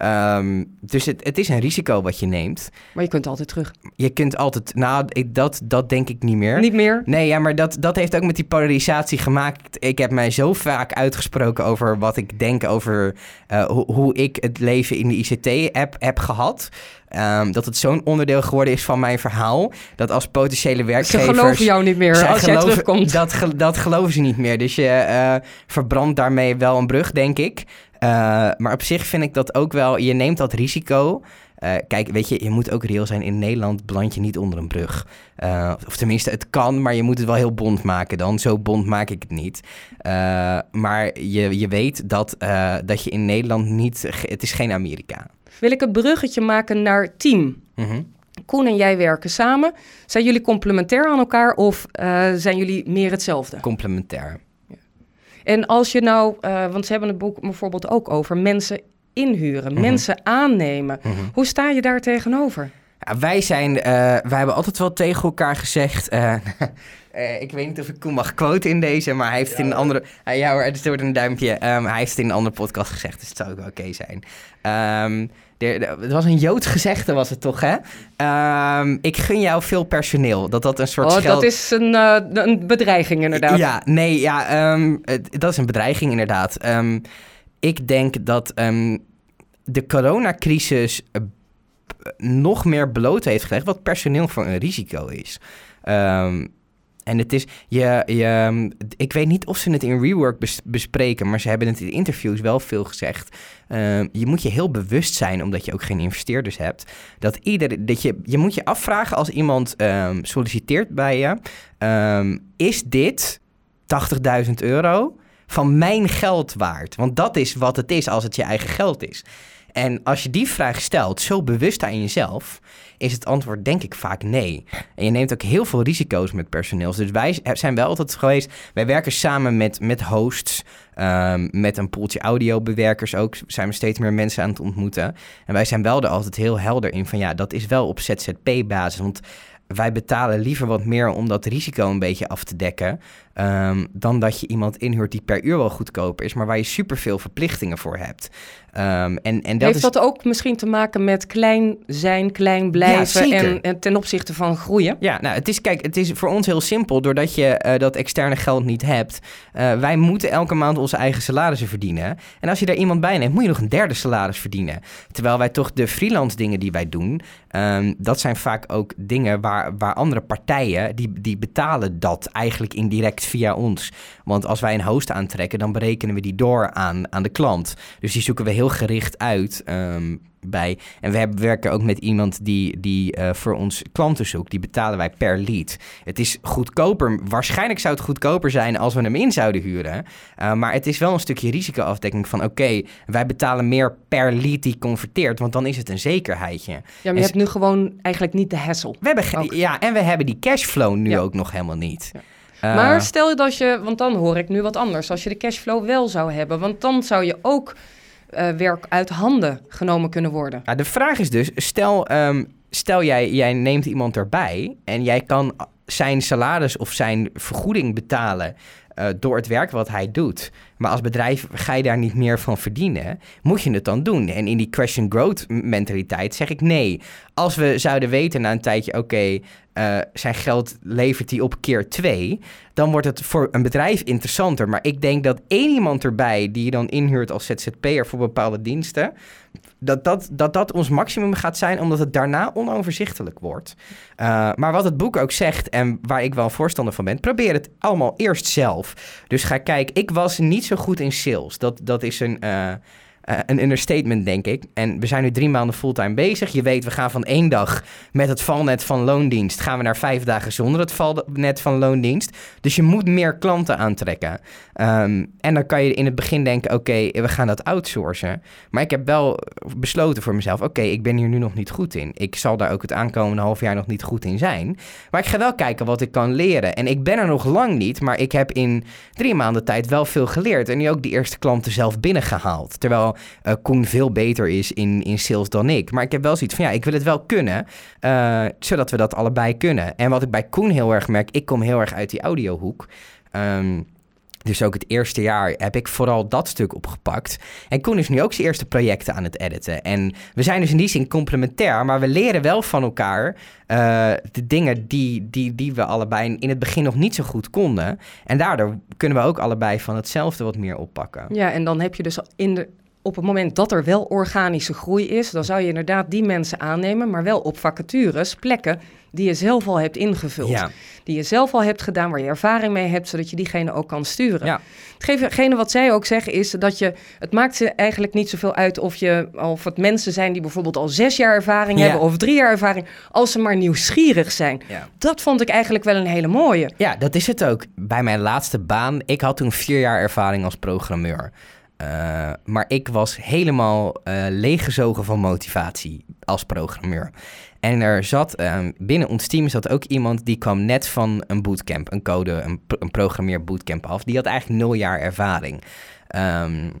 B: Um, dus het, het is een risico wat je neemt.
A: Maar je kunt altijd terug.
B: Je kunt altijd, nou, ik, dat, dat denk ik niet meer.
A: Niet meer?
B: Nee, ja, maar dat, dat heeft ook met die polarisatie gemaakt. Ik heb mij zo vaak uitgesproken over wat ik denk over uh, ho- hoe ik het leven in de I C T heb, heb gehad. Um, dat het zo'n onderdeel geworden is van mijn verhaal. Dat als potentiële werkgevers...
A: Ze geloven jou niet meer als
B: geloven,
A: jij terugkomt.
B: Dat, ge, dat geloven ze niet meer. Dus je uh, verbrandt daarmee wel een brug, denk ik. Uh, maar op zich vind ik dat ook wel... Je neemt dat risico. Uh, kijk, weet je, je moet ook reëel zijn. In Nederland beland je niet onder een brug. Uh, of tenminste, het kan, maar je moet het wel heel bond maken dan. Zo bond maak ik het niet. Uh, maar je, je weet dat, uh, dat je in Nederland niet... Het is geen Amerika.
A: Wil ik een bruggetje maken naar team?
B: Mm-hmm.
A: Koen en jij werken samen. Zijn jullie complementair aan elkaar of uh, zijn jullie meer hetzelfde?
B: Complementair.
A: Ja. En als je nou, uh, want ze hebben het boek bijvoorbeeld ook over mensen inhuren, mm-hmm. mensen aannemen. Mm-hmm. Hoe sta je daar tegenover?
B: Ja, wij zijn, uh, wij hebben altijd wel tegen elkaar gezegd... Uh, uh, ik weet niet of ik Koen mag quoten in deze, maar hij heeft ja, het in een andere... Uh, ja hoor, het wordt een duimpje. Um, hij heeft het in een andere podcast gezegd, dus het zou ook wel oké okay zijn. Um, Het was een Joods gezegde, was het toch, hè? Um, ik gun jou veel personeel. Dat dat een soort
A: Oh,
B: scheld...
A: dat is een, uh, een bedreiging, inderdaad.
B: Ja, nee, ja, um, het, dat is een bedreiging, inderdaad. Um, ik denk dat um, de coronacrisis uh, nog meer bloot heeft gelegd wat personeel voor een risico is. Um, En het is, je, je, ik weet niet of ze het in Rework bes, bespreken, maar ze hebben het in interviews wel veel gezegd. Uh, je moet je heel bewust zijn, omdat je ook geen investeerders hebt, dat ieder, dat je, je moet je afvragen als iemand um, solliciteert bij je, um, is dit tachtigduizend euro van mijn geld waard? Want dat is wat het is als het je eigen geld is. En als je die vraag stelt, zo bewust aan jezelf, is het antwoord denk ik vaak nee. En je neemt ook heel veel risico's met personeels. Dus wij zijn wel altijd geweest, wij werken samen met, met hosts, um, met een poeltje audiobewerkers ook, zijn we steeds meer mensen aan het ontmoeten. En wij zijn wel er altijd heel helder in van ja, dat is wel op Z Z P-basis, want wij betalen liever wat meer om dat risico een beetje af te dekken, Um, dan dat je iemand inhuurt die per uur wel goedkoper is, maar waar je superveel verplichtingen voor hebt. Um, en, en dat
A: Heeft
B: is...
A: dat ook misschien te maken met klein zijn, klein blijven
B: ja,
A: en, en ten opzichte van groeien?
B: Ja, nou, het is, kijk, het is voor ons heel simpel. Doordat je uh, dat externe geld niet hebt, uh, wij moeten elke maand onze eigen salarissen verdienen. En als je daar iemand bij neemt, moet je nog een derde salaris verdienen. Terwijl wij toch de freelance dingen die wij doen, um, dat zijn vaak ook dingen waar, waar andere partijen, die, die betalen dat eigenlijk indirect via ons. Want als wij een host aantrekken, dan berekenen we die door aan, aan de klant. Dus die zoeken we heel gericht uit um, bij. En we hebben, werken ook met iemand die, die uh, voor ons klanten zoekt. Die betalen wij per lead. Het is goedkoper. Waarschijnlijk zou het goedkoper zijn als we hem in zouden huren. Uh, maar het is wel een stukje risicoafdekking van oké, okay, wij betalen meer per lead die converteert. Want dan is het een zekerheidje.
A: Ja, maar je
B: en
A: hebt nu gewoon eigenlijk niet de hassle.
B: We hebben ge- ja, en we hebben die cashflow nu
A: ja.
B: ook nog helemaal niet.
A: Ja.
B: Uh,
A: Maar stel je dat je, want dan hoor ik nu wat anders, als je de cashflow wel zou hebben, want dan zou je ook uh, werk uit handen genomen kunnen worden.
B: Ja, de vraag is dus, stel, um, stel jij, jij neemt iemand erbij en jij kan zijn salaris of zijn vergoeding betalen uh, door het werk wat hij doet. Maar als bedrijf ga je daar niet meer van verdienen, moet je het dan doen? En in die crash and growth mentaliteit zeg ik nee. Als we zouden weten na een tijdje, oké, okay, uh, zijn geld levert hij op keer twee, dan wordt het voor een bedrijf interessanter. Maar ik denk dat één iemand erbij die je dan inhuurt als Z Z P'er voor bepaalde diensten, dat dat, dat dat ons maximum gaat zijn, omdat het daarna onoverzichtelijk wordt. Uh, maar wat het boek ook zegt, en waar ik wel een voorstander van ben, probeer het allemaal eerst zelf. Dus ga kijken, ik was niet zo goed in sales. Dat, dat is een... Uh, Uh, een understatement, denk ik. En we zijn nu drie maanden fulltime bezig. Je weet, we gaan van één dag met het valnet van loondienst, gaan we naar vijf dagen zonder het valnet van loondienst. Dus je moet meer klanten aantrekken. Um, en dan kan je in het begin denken, oké, okay, we gaan dat outsourcen. Maar ik heb wel besloten voor mezelf, oké, okay, ik ben hier nu nog niet goed in. Ik zal daar ook het aankomende half jaar nog niet goed in zijn. Maar ik ga wel kijken wat ik kan leren. En ik ben er nog lang niet, maar ik heb in drie maanden tijd wel veel geleerd. En nu ook die eerste klanten zelf binnengehaald. Terwijl Uh, Koen veel beter is in, in sales dan ik. Maar ik heb wel zoiets van, ja, ik wil het wel kunnen, uh, zodat we dat allebei kunnen. En wat ik bij Koen heel erg merk, ik kom heel erg uit die audiohoek. Um, dus ook het eerste jaar heb ik vooral dat stuk opgepakt. En Koen is nu ook zijn eerste projecten aan het editen. En we zijn dus in die zin complementair, maar we leren wel van elkaar uh, de dingen die, die, die we allebei in het begin nog niet zo goed konden. En daardoor kunnen we ook allebei van hetzelfde wat meer oppakken.
A: Ja, en dan heb je dus in de... Op het moment dat er wel organische groei is, dan zou je inderdaad die mensen aannemen, maar wel op vacatures, plekken die je zelf al hebt ingevuld.
B: Ja.
A: Die je zelf al hebt gedaan, waar je ervaring mee hebt, zodat je diegene ook kan sturen.
B: Ja.
A: Hetgene wat zij ook zeggen is dat je, het maakt ze eigenlijk niet zoveel uit of, je, of het mensen zijn die bijvoorbeeld al zes jaar ervaring
B: ja.
A: hebben of drie jaar ervaring, als ze maar nieuwsgierig zijn.
B: Ja.
A: Dat vond ik eigenlijk wel een hele mooie.
B: Ja, dat is het ook. Bij mijn laatste baan, ik had toen vier jaar ervaring als programmeur. Uh, maar ik was helemaal uh, leeggezogen van motivatie als programmeur. En er zat, uh, binnen ons team zat ook iemand die kwam net van een bootcamp, een code, een, een programmeer bootcamp af. Die had eigenlijk nul jaar ervaring. Um,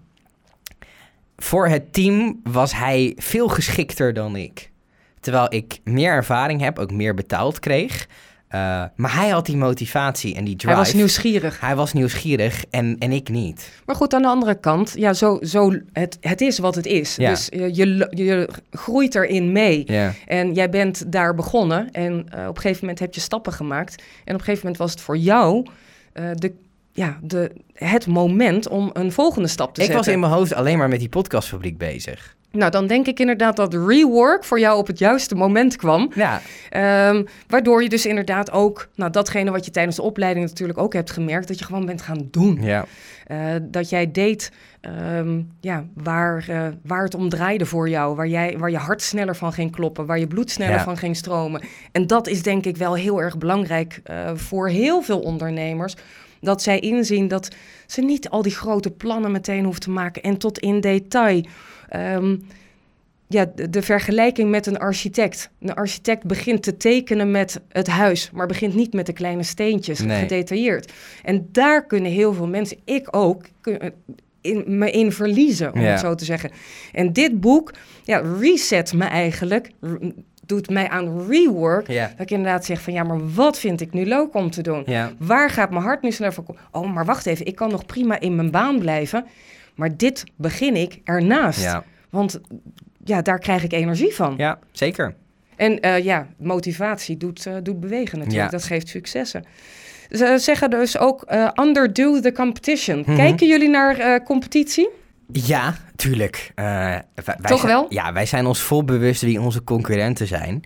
B: voor het team was hij veel geschikter dan ik. Terwijl ik meer ervaring heb, ook meer betaald kreeg. Uh, maar hij had die motivatie en die drive.
A: Hij was nieuwsgierig.
B: Hij was nieuwsgierig en, en ik niet.
A: Maar goed, aan de andere kant, ja, zo, zo, het, het is wat het is.
B: Ja.
A: Dus je, je, je groeit erin mee.
B: Ja.
A: En jij bent daar begonnen en uh, op een gegeven moment heb je stappen gemaakt. En op een gegeven moment was het voor jou uh, de, ja, de, het moment om een volgende stap te
B: ik
A: zetten.
B: was in mijn hoofd alleen maar met die podcastfabriek bezig.
A: Nou, dan denk ik inderdaad dat rework voor jou op het juiste moment kwam.
B: Ja.
A: Um, waardoor je dus inderdaad ook, nou, datgene wat je tijdens de opleiding natuurlijk ook hebt gemerkt, dat je gewoon bent gaan doen.
B: Ja.
A: Uh, dat jij deed um, ja, waar, uh, waar het om draaide voor jou, waar, jij, waar je hart sneller van ging kloppen, waar je bloed sneller
B: ja.
A: van ging stromen. En dat is denk ik wel heel erg belangrijk uh, voor heel veel ondernemers. Dat zij inzien dat ze niet al die grote plannen meteen hoeven te maken en tot in detail. Um, ja, de, de vergelijking met een architect. Een architect begint te tekenen met het huis, maar begint niet met de kleine steentjes,
B: nee.
A: gedetailleerd. En daar kunnen heel veel mensen, ik ook, in, me in verliezen, om
B: ja.
A: het zo te zeggen. En dit boek ja, reset me eigenlijk doet mij aan rework.
B: Ja.
A: Dat ik inderdaad zeg van, ja, maar wat vind ik nu leuk om te doen?
B: Ja.
A: Waar gaat mijn hart nu sneller voor? Oh, maar wacht even, ik kan nog prima in mijn baan blijven. Maar dit begin ik ernaast.
B: Ja.
A: Want ja, daar krijg ik energie van.
B: Ja, zeker.
A: En uh, ja, motivatie doet, uh, doet bewegen natuurlijk.
B: Ja.
A: Dat geeft successen. Ze zeggen dus ook uh, underdo the competition.
B: Mm-hmm.
A: Kijken jullie naar uh, competitie?
B: Ja, tuurlijk. Uh, wij, wij
A: Toch
B: zijn,
A: wel?
B: Ja, wij zijn ons vol bewust wie onze concurrenten zijn.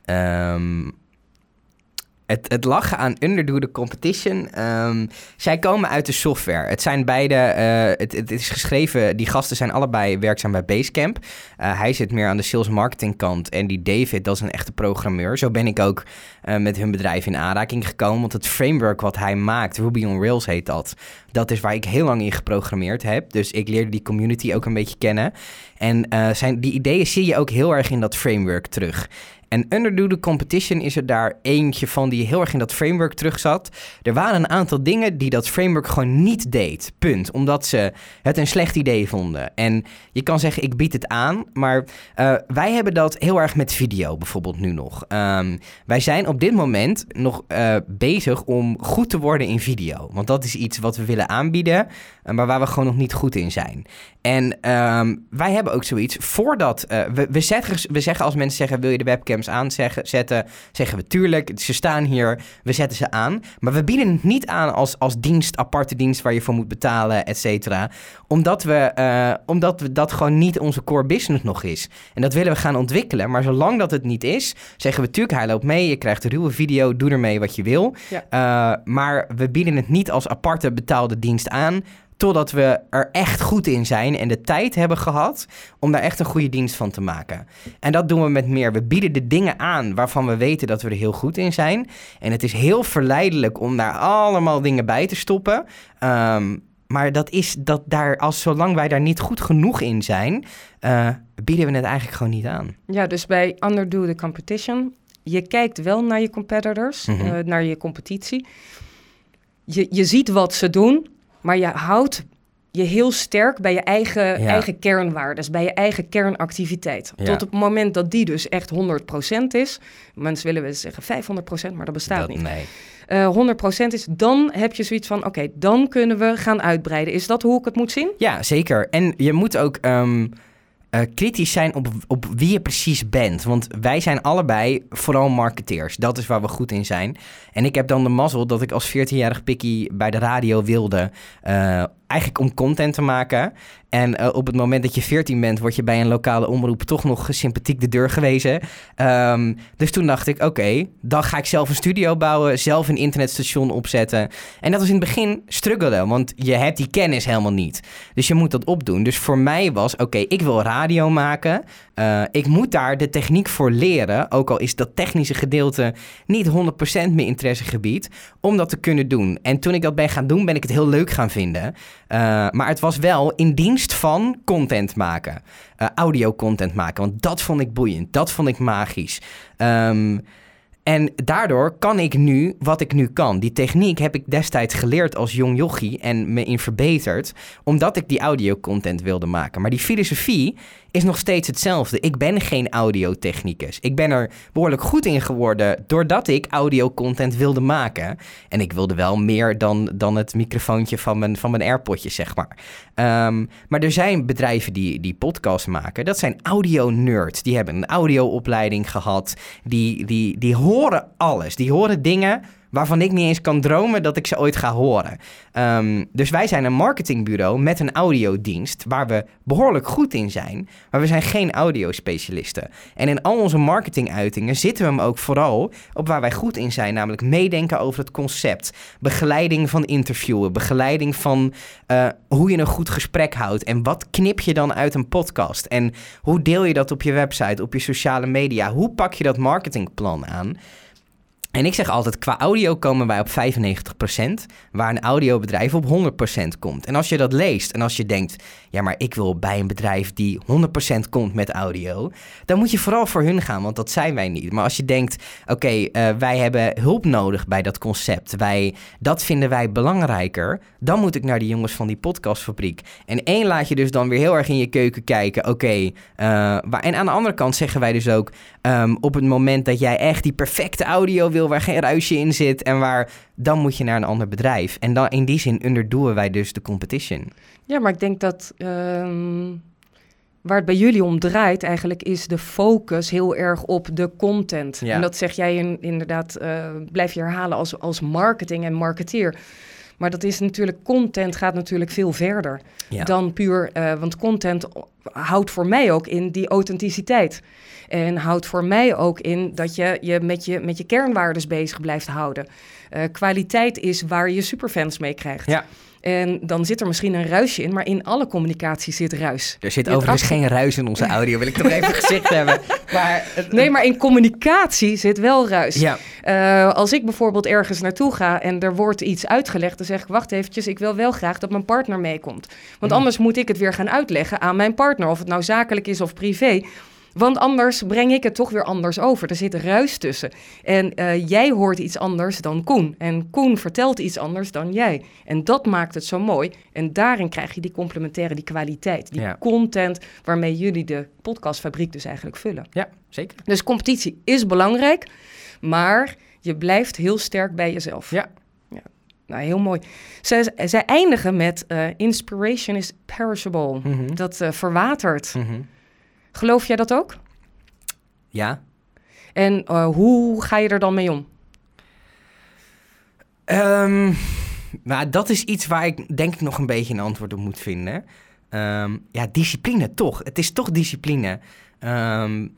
B: Um, het, het lachen aan underdo the competition. Um, zij komen uit de software. Het zijn beide, uh, het, het is geschreven, die gasten zijn allebei werkzaam bij Basecamp. Uh, hij zit meer aan de sales marketing kant. En die David, dat is een echte programmeur. Zo ben ik ook uh, met hun bedrijf in aanraking gekomen. Want het framework wat hij maakt, Ruby on Rails heet dat. Dat is waar ik heel lang in geprogrammeerd heb. Dus ik leerde die community ook een beetje kennen. En uh, zijn, die ideeën zie je ook heel erg in dat framework terug. En underdo the competition is er daar eentje van die heel erg in dat framework terug zat. Er waren een aantal dingen die dat framework gewoon niet deed. Punt. Omdat ze het een slecht idee vonden. En je kan zeggen, ik bied het aan. Maar uh, wij hebben dat heel erg met video bijvoorbeeld nu nog. Um, wij zijn op dit moment nog uh, bezig om goed te worden in video. Want dat is iets wat we willen aanbieden, uh, maar waar we gewoon nog niet goed in zijn. En um, wij hebben ook zoiets, voordat uh, we, we, zeggen, we zeggen als mensen zeggen, wil je de webcams aanzetten, zeggen we tuurlijk, ze staan hier, we zetten ze aan. Maar we bieden het niet aan als, als dienst, aparte dienst waar je voor moet betalen, et cetera. Omdat we, uh, omdat we dat gewoon niet onze core business nog is. En dat willen we gaan ontwikkelen. Maar zolang dat het niet is, zeggen we tuurlijk, hij loopt mee, je krijgt een ruwe video, doe ermee wat je wil. Ja. Uh, maar we bieden het niet als aparte betaalde dienst aan, totdat we er echt goed in zijn en de tijd hebben gehad om daar echt een goede dienst van te maken. En dat doen we met meer. We bieden de dingen aan waarvan we weten dat we er heel goed in zijn. En het is heel verleidelijk om daar allemaal dingen bij te stoppen. Um, maar dat is dat daar, als zolang wij daar niet goed genoeg in zijn, uh, bieden we het eigenlijk gewoon niet aan.
A: Ja, dus bij underdo the competition, je kijkt wel naar je competitors, mm-hmm. uh, naar je competitie. Je, je ziet wat ze doen, maar je houdt je heel sterk bij je eigen, ja. eigen kernwaardes, bij je eigen kernactiviteit. Ja. Tot op het moment dat die dus echt honderd procent is. Mensen willen wel zeggen vijfhonderd procent, maar dat bestaat dat, niet.
B: Nee.
A: Uh, honderd procent is, dan heb je zoiets van, oké, okay, dan kunnen we gaan uitbreiden. Is dat hoe ik het moet zien?
B: Ja, zeker. En je moet ook Um... Uh, kritisch zijn op, op wie je precies bent. Want wij zijn allebei vooral marketeers. Dat is waar we goed in zijn. En ik heb dan de mazzel dat ik als veertienjarig pikkie bij de radio wilde, Uh, eigenlijk om content te maken. En uh, op het moment dat je veertien bent, word je bij een lokale omroep toch nog sympathiek de deur gewezen. Um, dus toen dacht ik, oké, okay, dan ga ik zelf een studio bouwen, zelf een internetstation opzetten. En dat was in het begin struggelen, want je hebt die kennis helemaal niet. Dus je moet dat opdoen. Dus voor mij was, oké, okay, ik wil radio maken. Uh, ik moet daar de techniek voor leren, ook al is dat technische gedeelte niet honderd procent mijn interessegebied, om dat te kunnen doen. En toen ik dat ben gaan doen, ben ik het heel leuk gaan vinden. Uh, maar het was wel in dienst van content maken. Uh, audio content maken, want dat vond ik boeiend. Dat vond ik magisch. Um, en daardoor kan ik nu wat ik nu kan. Die techniek heb ik destijds geleerd als jong jochie en me in verbeterd, omdat ik die audio content wilde maken. Maar die filosofie is nog steeds hetzelfde. Ik ben geen audiotechnicus. Ik ben er behoorlijk goed in geworden doordat ik audio-content wilde maken. En ik wilde wel meer dan, dan het microfoontje van mijn, van mijn AirPodjes, zeg maar. Um, maar er zijn bedrijven die, die podcasts maken. Dat zijn audio-nerds. Die hebben een audio-opleiding gehad. Die, die, die horen alles. Die horen dingen waarvan ik niet eens kan dromen dat ik ze ooit ga horen. Um, dus wij zijn een marketingbureau met een audiodienst waar we behoorlijk goed in zijn, maar we zijn geen audiospecialisten. En in al onze marketinguitingen zitten we hem ook vooral op waar wij goed in zijn, namelijk meedenken over het concept, begeleiding van interviewen, begeleiding van uh, hoe je een goed gesprek houdt en wat knip je dan uit een podcast en hoe deel je dat op je website, op je sociale media, hoe pak je dat marketingplan aan. En ik zeg altijd, qua audio komen wij op vijfennegentig procent, waar een audiobedrijf op honderd procent komt. En als je dat leest en als je denkt, ja, maar ik wil bij een bedrijf die honderd procent komt met audio, dan moet je vooral voor hun gaan, want dat zijn wij niet. Maar als je denkt, oké, okay, uh, wij hebben hulp nodig bij dat concept, wij, dat vinden wij belangrijker, dan moet ik naar die jongens van die podcastfabriek. En één, laat je dus dan weer heel erg in je keuken kijken, oké, okay, uh, en aan de andere kant zeggen wij dus ook, um, op het moment dat jij echt die perfecte audio wil, waar geen ruisje in zit en waar, dan moet je naar een ander bedrijf. En dan in die zin underdoen wij dus de competition.
A: Ja, maar ik denk dat um, waar het bij jullie om draait eigenlijk is de focus heel erg op de content. Ja. En dat zeg jij in, inderdaad, uh, blijf je herhalen als, als marketing en marketeer. Maar dat is natuurlijk, content gaat natuurlijk veel verder ja. dan puur, uh, want content houdt voor mij ook in die authenticiteit. En houdt voor mij ook in dat je je met je, met je kernwaardes bezig blijft houden. Uh, kwaliteit is waar je superfans mee krijgt. Ja. En dan zit er misschien een ruisje in, maar in alle communicatie zit ruis.
B: Er zit overigens achter... geen ruis in onze audio, wil ik toch even gezegd hebben. Maar, uh,
A: nee, maar in communicatie zit wel ruis. Ja. Uh, als ik bijvoorbeeld ergens naartoe ga en er wordt iets uitgelegd, dan zeg ik, wacht eventjes, ik wil wel graag dat mijn partner meekomt. Want mm. anders moet ik het weer gaan uitleggen aan mijn partner, of het nou zakelijk is of privé. Want anders breng ik het toch weer anders over. Er zit ruis tussen. En uh, jij hoort iets anders dan Koen. En Koen vertelt iets anders dan jij. En dat maakt het zo mooi. En daarin krijg je die complementaire, die kwaliteit. Die ja. content waarmee jullie de podcastfabriek dus eigenlijk vullen.
B: Ja, zeker.
A: Dus competitie is belangrijk. Maar je blijft heel sterk bij jezelf.
B: Ja.
A: ja. Nou, heel mooi. Zij, zij eindigen met uh, inspiration is perishable. Mm-hmm. Dat uh, verwatert. Mm-hmm. Geloof jij dat ook?
B: Ja.
A: En uh, hoe ga je er dan mee om?
B: Um, nou, dat is iets waar ik denk ik nog een beetje een antwoord op moet vinden. Um, ja, discipline toch. Het is toch discipline. Um,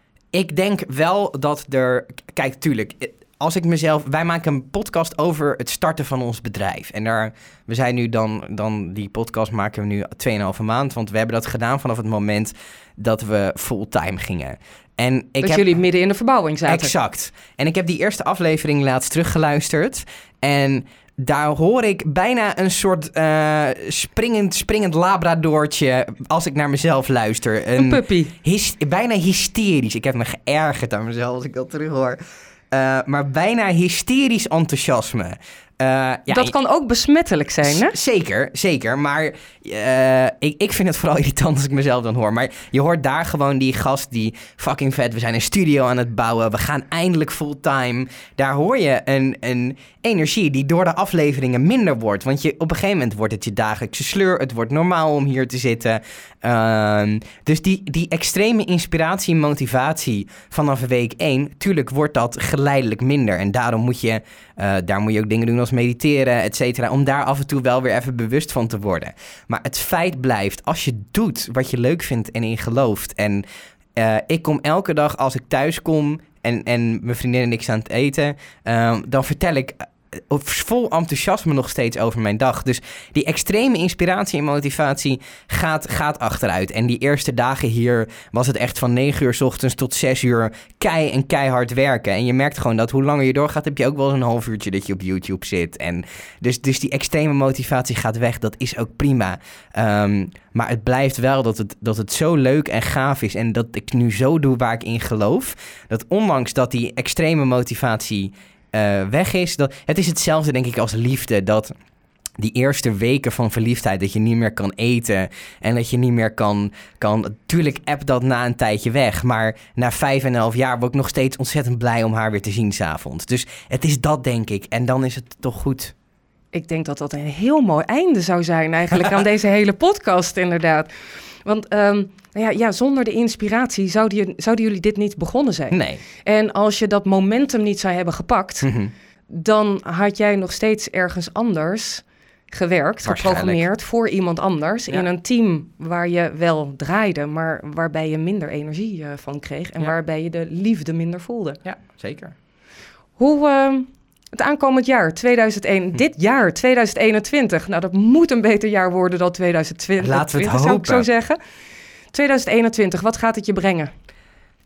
B: ik denk wel dat er... Kijk, tuurlijk... Als ik mezelf... Wij maken een podcast over het starten van ons bedrijf. En daar... We zijn nu dan... dan die podcast maken we nu tweeënhalve maand. Want we hebben dat gedaan vanaf het moment dat we fulltime gingen. En ik
A: dat
B: heb,
A: jullie midden in de verbouwing zaten.
B: Exact. En ik heb die eerste aflevering laatst teruggeluisterd. En daar hoor ik bijna een soort uh, springend, springend labradoortje als ik naar mezelf luister.
A: Een, een puppy.
B: Hys, bijna hysterisch. Ik heb me geërgerd aan mezelf als ik dat terug hoor. Uh, maar bijna hysterisch enthousiasme. Uh, ja,
A: dat kan ook besmettelijk zijn, hè?
B: Z- zeker, zeker. Maar uh, ik, ik vind het vooral irritant als ik mezelf dan hoor. Maar je hoort daar gewoon die gast die fucking vet... We zijn een studio aan het bouwen. We gaan eindelijk fulltime. Daar hoor je een, een energie die door de afleveringen minder wordt. Want je, op een gegeven moment wordt het je dagelijkse sleur. Het wordt normaal om hier te zitten. Uh, dus die, die extreme inspiratie en motivatie vanaf week één... Tuurlijk wordt dat geleidelijk minder. En daarom moet je... Uh, daar moet je ook dingen doen als mediteren, et cetera, om daar af en toe wel weer even bewust van te worden. Maar het feit blijft, als je doet wat je leuk vindt en in gelooft. En uh, ik kom elke dag als ik thuis kom en, en mijn vriendin en ik staan te eten, uh, dan vertel ik uh, vol enthousiasme nog steeds over mijn dag. Dus die extreme inspiratie en motivatie gaat, gaat achteruit. En die eerste dagen hier was het echt van negen uur 's ochtends tot zes uur kei en keihard werken. En je merkt gewoon dat hoe langer je doorgaat, heb je ook wel eens een half uurtje dat je op YouTube zit. En dus, dus die extreme motivatie gaat weg. Dat is ook prima. Um, maar het blijft wel dat het, dat het zo leuk en gaaf is. En dat ik nu zo doe waar ik in geloof. Dat ondanks dat die extreme motivatie uh, weg is. Dat, het is hetzelfde denk ik als liefde. Dat die eerste weken van verliefdheid, dat je niet meer kan eten en dat je niet meer kan... kan tuurlijk app dat na een tijdje weg, maar na vijf en een half jaar word ik nog steeds ontzettend blij om haar weer te zien 's avonds. Dus het is dat, denk ik. En dan is het toch goed.
A: Ik denk dat dat een heel mooi einde zou zijn eigenlijk aan deze hele podcast, inderdaad. Want um, ja, ja, zonder de inspiratie zouden, je, zouden jullie dit niet begonnen zijn.
B: Nee.
A: En als je dat momentum niet zou hebben gepakt, mm-hmm. dan had jij nog steeds ergens anders gewerkt, geprogrammeerd voor iemand anders. Ja. In een team waar je wel draaide, maar waarbij je minder energie uh, van kreeg. En ja. waarbij je de liefde minder voelde.
B: Ja, zeker.
A: Hoe... Uh, Het aankomend jaar, tweeduizend één, hm. dit jaar, tweeduizend eenentwintig. Nou, dat moet een beter jaar worden dan tweeduizend twintig.
B: Laten we het
A: zou
B: hopen.
A: ik zo zeggen. tweeduizend eenentwintig, wat gaat het je brengen?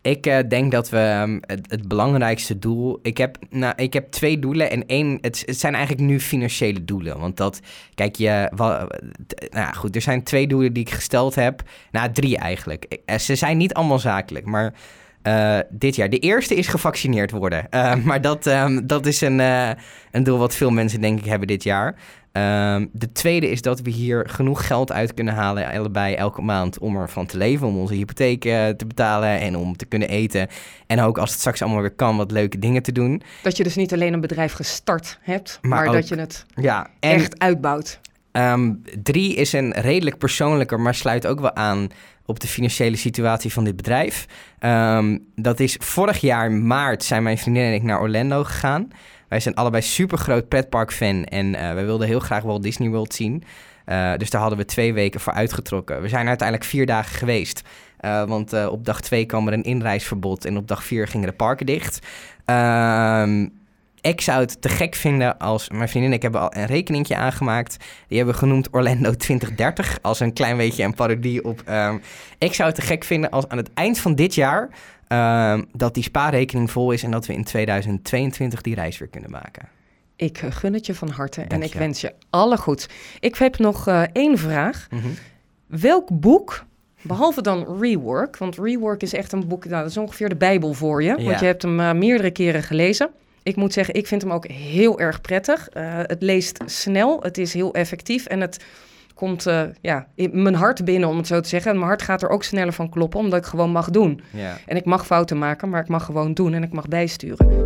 B: Ik uh, denk dat we um, het, het belangrijkste doel... Ik heb, nou, ik heb twee doelen en één... Het, het zijn eigenlijk nu financiële doelen. Want dat... Kijk, je... Wel, nou goed, er zijn twee doelen die ik gesteld heb. Nou, drie eigenlijk. Ze zijn niet allemaal zakelijk, maar... Uh, dit jaar. De eerste is gevaccineerd worden. Uh, maar dat, um, dat is een, uh, een doel wat veel mensen denk ik hebben dit jaar. Um, de tweede is dat we hier genoeg geld uit kunnen halen, allebei elke maand, om ervan te leven, om onze hypotheek uh, te betalen en om te kunnen eten. En ook als het straks allemaal weer kan, wat leuke dingen te doen.
A: Dat je dus niet alleen een bedrijf gestart hebt, maar, maar ook, dat je het
B: ja, en,
A: echt uitbouwt.
B: Um, drie is een redelijk persoonlijker, maar sluit ook wel aan op de financiële situatie van dit bedrijf. Um, dat is vorig jaar maart zijn mijn vriendin en ik naar Orlando gegaan. Wij zijn allebei super groot pretpark-fan en uh, wij wilden heel graag Walt Disney World zien. Uh, dus daar hadden we twee weken voor uitgetrokken. We zijn uiteindelijk vier dagen geweest. Uh, want uh, op dag twee kwam er een inreisverbod en op dag vier gingen de parken dicht. Um, Ik zou het te gek vinden als... Mijn vriendin en ik hebben al een rekeningetje aangemaakt. Die hebben we genoemd Orlando twintig dertig. Als een klein beetje een parodie op... Um, ik zou het te gek vinden als aan het eind van dit jaar... Um, dat die spaarrekening vol is... en dat we in tweeduizend tweeëntwintig die reis weer kunnen maken.
A: Ik gun het je van harte
B: Dank
A: en ik
B: je.
A: wens je alle goeds. Ik heb nog uh, één vraag.
B: Mm-hmm.
A: Welk boek... Behalve dan Rework, want Rework is echt een boek... Nou, dat is ongeveer de Bijbel voor je.
B: Ja.
A: Want je hebt hem uh, meerdere keren gelezen. Ik moet zeggen, ik vind hem ook heel erg prettig. Uh, het leest snel, het is heel effectief en het komt uh, ja, in mijn hart binnen, om het zo te zeggen. En mijn hart gaat er ook sneller van kloppen, omdat ik gewoon mag doen.
B: Ja.
A: En ik mag fouten maken, maar ik mag gewoon doen en ik mag bijsturen.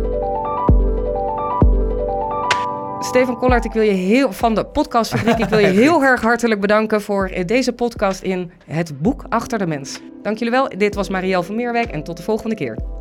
A: Stefan Kollaert, ik wil je heel van de podcastfabriek, ik wil je heel erg hartelijk bedanken voor deze podcast in Het Boek Achter de Mens. Dank jullie wel. Dit was Marielle van Meerwijk en tot de volgende keer.